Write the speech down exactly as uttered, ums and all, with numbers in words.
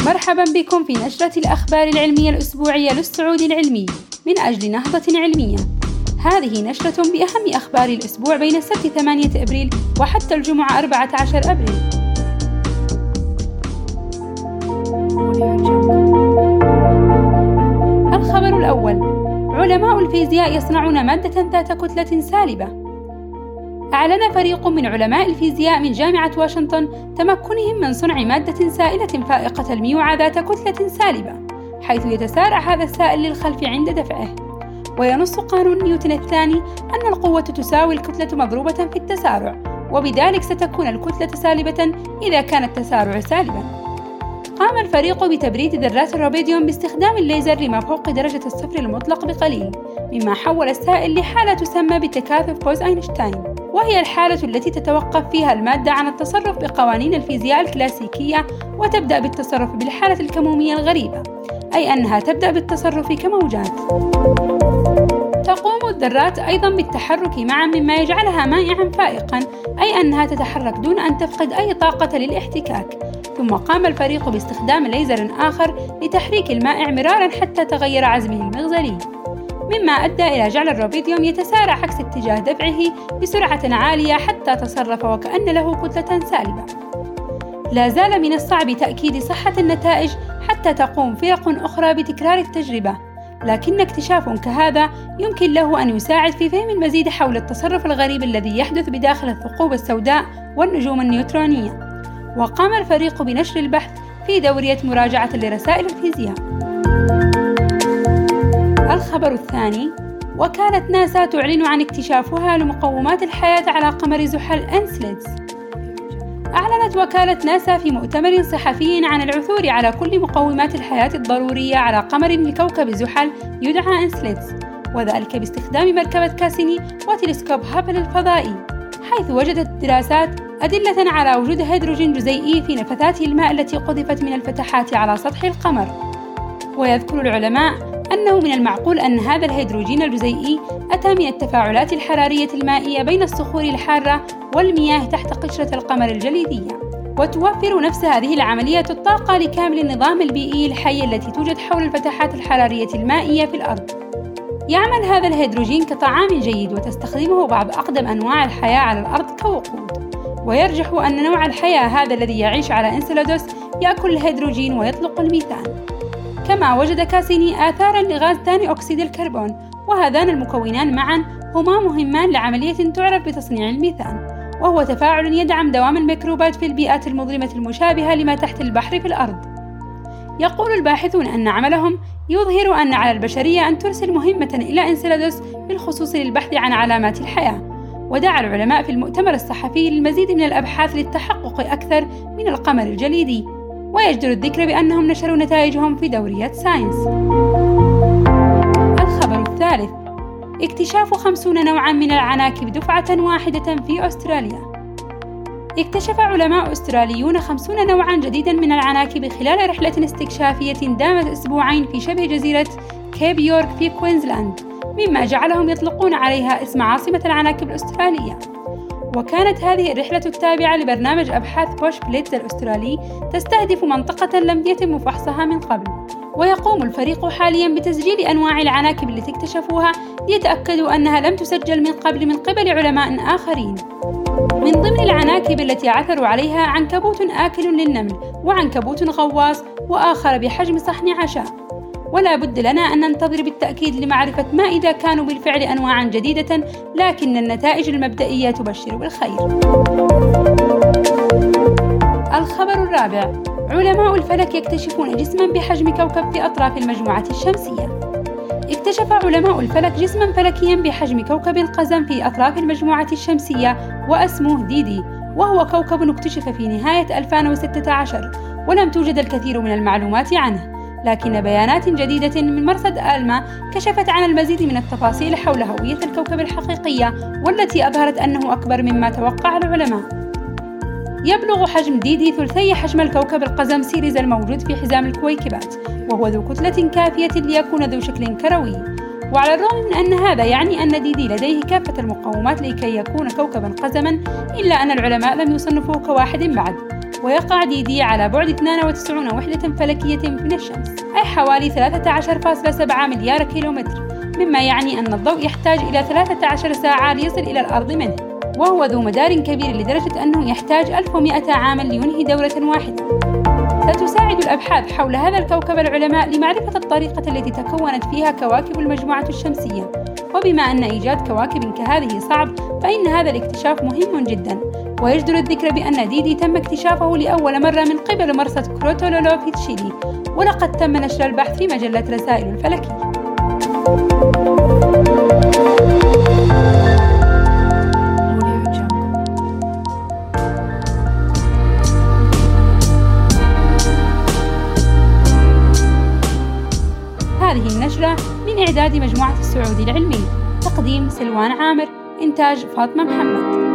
ومرحبا بكم في نشرة الأخبار العلمية الأسبوعية للسعودي العلمي من أجل نهضة علمية. هذه نشرة بأهم أخبار الأسبوع بين السبت ثمانية أبريل وحتى الجمعة أربعة عشر أبريل. الخبر الأول: علماء الفيزياء يصنعون مادة ذات كتلة سالبة. أعلن فريق من علماء الفيزياء من جامعة واشنطن تمكنهم من صنع مادة سائلة فائقة الميوعة ذات كتلة سالبة، حيث يتسارع هذا السائل للخلف عند دفعه. وينص قانون نيوتن الثاني أن القوة تساوي الكتلة مضروبة في التسارع، وبذلك ستكون الكتلة سالبة إذا كان التسارع سالبا. قام الفريق بتبريد ذرات الروبيديوم باستخدام الليزر لما فوق درجة الصفر المطلق بقليل، مما حول السائل لحالة تسمى بتكاثف بوز-أينشتاين، وهي الحالة التي تتوقف فيها المادة عن التصرف بقوانين الفيزياء الكلاسيكية وتبدأ بالتصرف بالحالة الكمومية الغريبة، أي أنها تبدأ بالتصرف كموجات. تقوم الذرات أيضاً بالتحرك معاً، مما يجعلها مائعاً فائقاً، أي أنها تتحرك دون أن تفقد أي طاقة للاحتكاك. ثم قام الفريق باستخدام ليزر آخر لتحريك المائع مراراً حتى تغير عزمه المغزلي، مما أدى إلى جعل الروبيديوم يتسارع عكس اتجاه دفعه بسرعة عالية حتى تصرف وكأن له كتلة سالبة. لا زال من الصعب تأكيد صحة النتائج حتى تقوم فرق أخرى بتكرار التجربة، لكن اكتشاف كهذا يمكن له أن يساعد في فهم المزيد حول التصرف الغريب الذي يحدث بداخل الثقوب السوداء والنجوم النيوترونية. وقام الفريق بنشر البحث في دورية مراجعة لرسائل الفيزياء. الخبر الثاني: وكالة ناسا تعلن عن اكتشافها لمقومات الحياة على قمر زحل إنسليدس. أعلنت وكالة ناسا في مؤتمر صحفي عن العثور على كل مقومات الحياة الضرورية على قمر لكوكب زحل يدعى إنسليدس، وذلك باستخدام مركبة كاسيني وتلسكوب هابل الفضائي، حيث وجدت الدراسات أدلة على وجود هيدروجين جزيئي في نفثات الماء التي قذفت من الفتحات على سطح القمر. ويذكر العلماء أنه من المعقول أن هذا الهيدروجين الجزيئي أتى من التفاعلات الحرارية المائية بين الصخور الحارة والمياه تحت قشرة القمر الجليدية، وتوفر نفس هذه العملية الطاقة لكامل النظام البيئي الحي التي توجد حول الفتحات الحرارية المائية في الأرض. يعمل هذا الهيدروجين كطعام جيد، وتستخدمه بعض أقدم أنواع الحياة على الأرض كوقود. ويرجح أن نوع الحياة هذا الذي يعيش على إنسلادوس يأكل الهيدروجين ويطلق الميثان. كما وجد كاسيني آثاراً لغاز ثاني أكسيد الكربون، وهذان المكونان معاً هما مهمان لعملية تعرف بتصنيع الميثان، وهو تفاعل يدعم دوام الميكروبات في البيئات المظلمة المشابهة لما تحت البحر في الأرض. يقول الباحثون أن عملهم يظهر أن على البشرية أن ترسل مهمة إلى إنسلادوس بالخصوص للبحث عن علامات الحياة. ودعا العلماء في المؤتمر الصحفي للمزيد من الأبحاث للتحقق أكثر من القمر الجليدي، ويجدر الذكر بأنهم نشروا نتائجهم في دورية ساينس. الخبر الثالث: اكتشاف خمسين نوعاً من العناكب دفعة واحدة في أستراليا. اكتشف علماء أستراليون خمسين نوعاً جديداً من العناكب خلال رحلة استكشافية دامت أسبوعين في شبه جزيرة كيب يورك في كوينزلاند، مما جعلهم يطلقون عليها اسم عاصمة العناكب الأسترالية. وكانت هذه الرحلة التابعة لبرنامج أبحاث بوش بليتز الأسترالي تستهدف منطقة لم يتم فحصها من قبل. ويقوم الفريق حالياً بتسجيل أنواع العناكب التي اكتشفوها ليتأكدوا أنها لم تسجل من قبل من قبل علماء آخرين. من ضمن العناكب التي عثروا عليها عنكبوت آكل للنمل، وعنكبوت غواص، وآخر بحجم صحن عشاء. ولا بد لنا أن ننتظر بالتأكيد لمعرفة ما إذا كانوا بالفعل أنواعاً جديدة، لكن النتائج المبدئية تبشر بالخير. الخبر الرابع: علماء الفلك يكتشفون جسماً بحجم كوكب في أطراف المجموعة الشمسية. اكتشف علماء الفلك جسماً فلكياً بحجم كوكب قزم في أطراف المجموعة الشمسية، واسمه ديدي، وهو كوكب اكتشف في نهاية ألفين وستة عشر، ولم توجد الكثير من المعلومات عنه. لكن بيانات جديدة من مرصد آلما كشفت عن المزيد من التفاصيل حول هوية الكوكب الحقيقية، والتي أظهرت أنه أكبر مما توقع العلماء. يبلغ حجم ديدي ثلثي حجم الكوكب القزم سيريز الموجود في حزام الكويكبات، وهو ذو كتلة كافية ليكون ذو شكل كروي. وعلى الرغم من أن هذا يعني أن ديدي لديه كافة المقومات لكي يكون كوكبا قزما، إلا أن العلماء لم يصنفوه كواحد بعد، ويقع دي دي على بعد اثنين وتسعين وحدة فلكية من الشمس، أي حوالي ثلاثة عشر فاصلة سبعة مليار كيلومتر، مما يعني أن الضوء يحتاج إلى ثلاثة عشر ساعة ليصل إلى الأرض منه، وهو ذو مدار كبير لدرجة أنه يحتاج ألف ومئة عام لينهي دورة واحدة. ستساعد الأبحاث حول هذا الكوكب العلماء لمعرفة الطريقة التي تكونت فيها كواكب المجموعة الشمسية، وبما أن إيجاد كواكب كهذه صعب فإن هذا الاكتشاف مهم جدا. ويجدر الذكر بأن دي دي تم اكتشافه لأول مرة من قبل مرصد كروتولولو في تشيلي، ولقد تم نشر البحث في مجلة رسائل الفلكية. هذه النشرة من إعداد مجموعة السعودي العلمي، تقديم سلوان عامر، إنتاج فاطمة محمد.